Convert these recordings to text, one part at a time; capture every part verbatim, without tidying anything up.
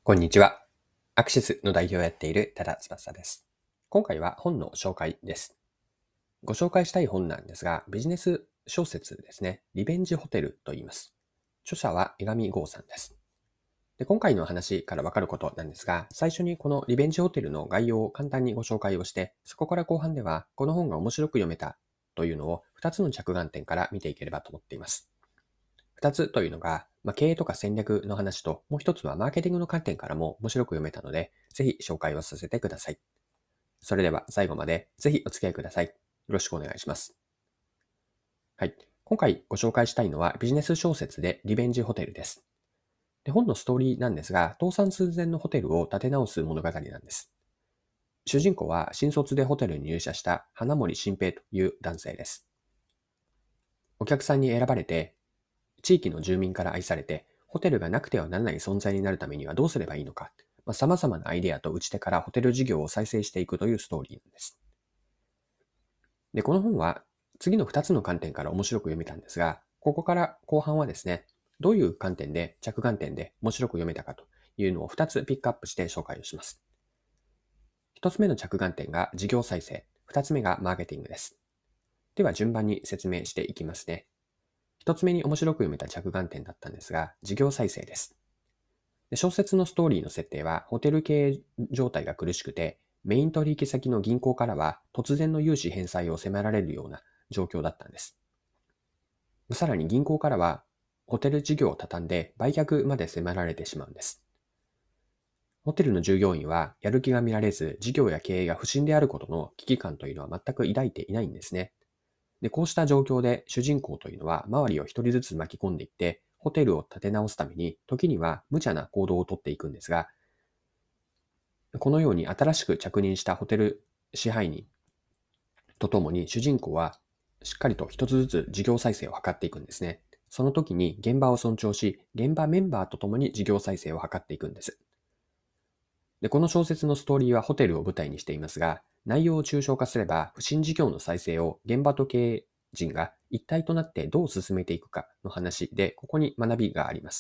こんにちは。アクシスの代表をやっている多田翼です。今回は本の紹介です。ご紹介したい本なんですが、ビジネス小説ですね。リベンジホテルと言います。著者は江上剛さんです。で、今回の話からわかることなんですが、最初にこのリベンジホテルの概要を簡単にご紹介をして、そこから後半ではこの本が面白く読めたというのをふたつの着眼点から見ていければと思っています。二つというのが、まあ、経営とか戦略の話と、もう一つはマーケティングの観点からも面白く読めたので、ぜひ紹介をさせてください。それでは最後までぜひお付き合いください。よろしくお願いします。はい。今回ご紹介したいのはビジネス小説でリベンジホテルです。で本のストーリーなんですが、倒産寸前のホテルを建て直す物語なんです。主人公は新卒でホテルに入社した花森新平という男性です。お客さんに選ばれて地域の住民から愛されて、ホテルがなくてはならない存在になるためにはどうすればいいのか、まあ、様々なアイデアと打ち手からホテル事業を再生していくというストーリーなんです。で、この本は次のふたつの観点から面白く読めたんですが、ここから後半はですね、どういう観点で、着眼点で面白く読めたかというのをふたつピックアップして紹介をします。ひとつめの着眼点が事業再生、ふたつめがマーケティングです。では順番に説明していきますね。ひとつめに面白く読めた着眼点だったんですが、事業再生です。で小説のストーリーの設定は、ホテル経営状態が苦しくて、メイン取引先の銀行からは突然の融資返済を迫られるような状況だったんです。さらに銀行からは、ホテル事業を畳んで売却まで迫られてしまうんです。ホテルの従業員はやる気が見られず、事業や経営が不振であることの危機感というのは全く抱いていないんですね。で、こうした状況で主人公というのは周りを一人ずつ巻き込んでいって、ホテルを立て直すために時には無茶な行動をとっていくんですが、このように新しく着任したホテル支配人とともに主人公はしっかりと一つずつ事業再生を図っていくんですね。その時に現場を尊重し、現場メンバーとともに事業再生を図っていくんです。で、この小説のストーリーはホテルを舞台にしていますが、内容を抽象化すれば、不審事業の再生を現場と経営陣が一体となってどう進めていくかの話で、ここに学びがあります。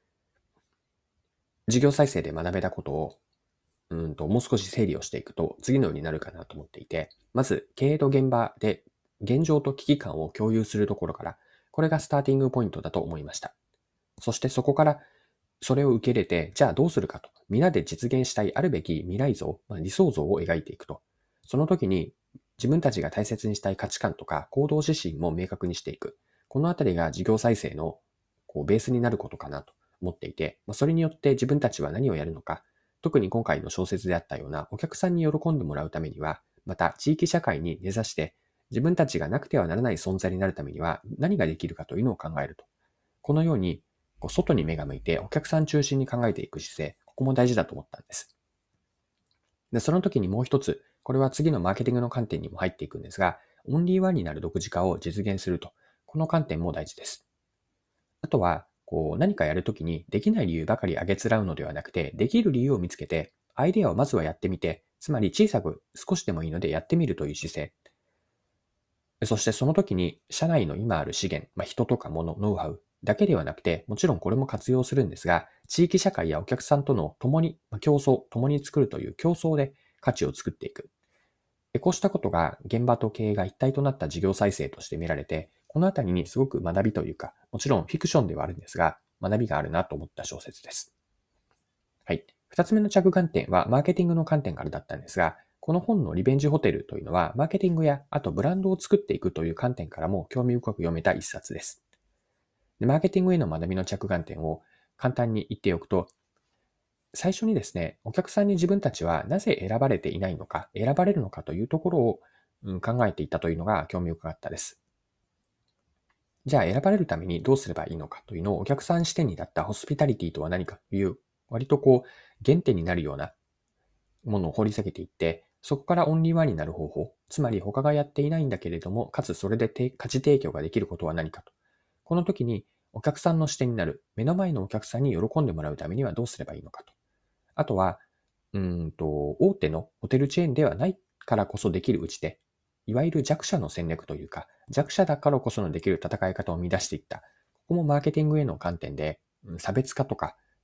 事業再生で学べたことをうんと、もう少し整理をしていくと、次のようになるかなと思っていて、まず、経営と現場で現状と危機感を共有するところから、これがスターティングポイントだと思いました。そしてそこから、それを受け入れて、じゃあどうするかと、皆で実現したいあるべき未来像、まあ、理想像を描いていくと。その時に、自分たちが大切にしたい価値観とか行動指針も明確にしていく。このあたりが事業再生のこうベースになることかなと思っていて、まあ、それによって自分たちは何をやるのか、特に今回の小説であったようなお客さんに喜んでもらうためには、また地域社会に根ざして自分たちがなくてはならない存在になるためには何ができるかというのを考えると。このようにこう外に目が向いてお客さん中心に考えていく姿勢、ここも大事だと思ったんです。で、その時にもう一つ、これは次のマーケティングの観点にも入っていくんですが、オンリーワンになる独自化を実現すると。この観点も大事です。あとは、こう何かやるときにできない理由ばかり挙げつらうのではなくて、できる理由を見つけて、アイデアをまずはやってみて、つまり小さく少しでもいいのでやってみるという姿勢。そしてその時に社内の今ある資源、まあ、人とか物、ノウハウだけではなくて、もちろんこれも活用するんですが、地域社会やお客さんとの共に、まあ、競争、共に作るという競争で価値を作っていく。こうしたことが現場と経営が一体となった事業再生として見られて、このあたりにすごく学びというか、もちろんフィクションではあるんですが、学びがあるなと思った小説です。はい。二つ目の着眼点はマーケティングの観点からだったんですが、この本のリベンジホテルというのは、マーケティングや、あとブランドを作っていくという観点からも興味深く読めた一冊です。でマーケティングへの学びの着眼点を簡単に言っておくと、最初にですね、お客さんに自分たちはなぜ選ばれていないのか、選ばれるのかというところを、うん、考えていったというのが興味深かったです。じゃあ選ばれるためにどうすればいいのかというのをお客さん視点に立ったホスピタリティとは何かという、割とこう原点になるようなものを掘り下げていって、そこからオンリーワンになる方法、つまり他がやっていないんだけれども、かつそれで価値提供ができることは何かと。この時にお客さんの視点になる、目の前のお客さんに喜んでもらうためにはどうすればいいのかと。あとは、うんと、大手のホテルチェーンではないからこそできる打ち手、いわゆる弱者の戦略というか、弱者だからこそのできる戦い方を生み出していった。ここもマーケティングへの観点で、差別化とか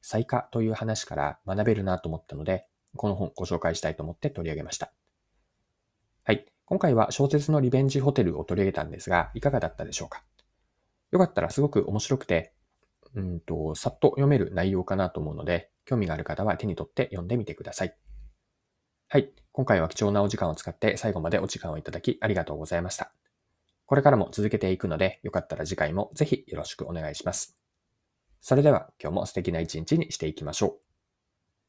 彩化という話から学べるなと思ったので、この本ご紹介したいと思って取り上げました。はい。今回は小説のリベンジホテルを取り上げたんですが、いかがだったでしょうか。よかったらすごく面白くて、うんと、さっと読める内容かなと思うので、興味がある方は手に取って読んでみてください。はい。今回は貴重なお時間を使って最後までお時間をいただきありがとうございました。これからも続けていくので、よかったら次回もぜひよろしくお願いします。それでは今日も素敵な一日にしていきましょう。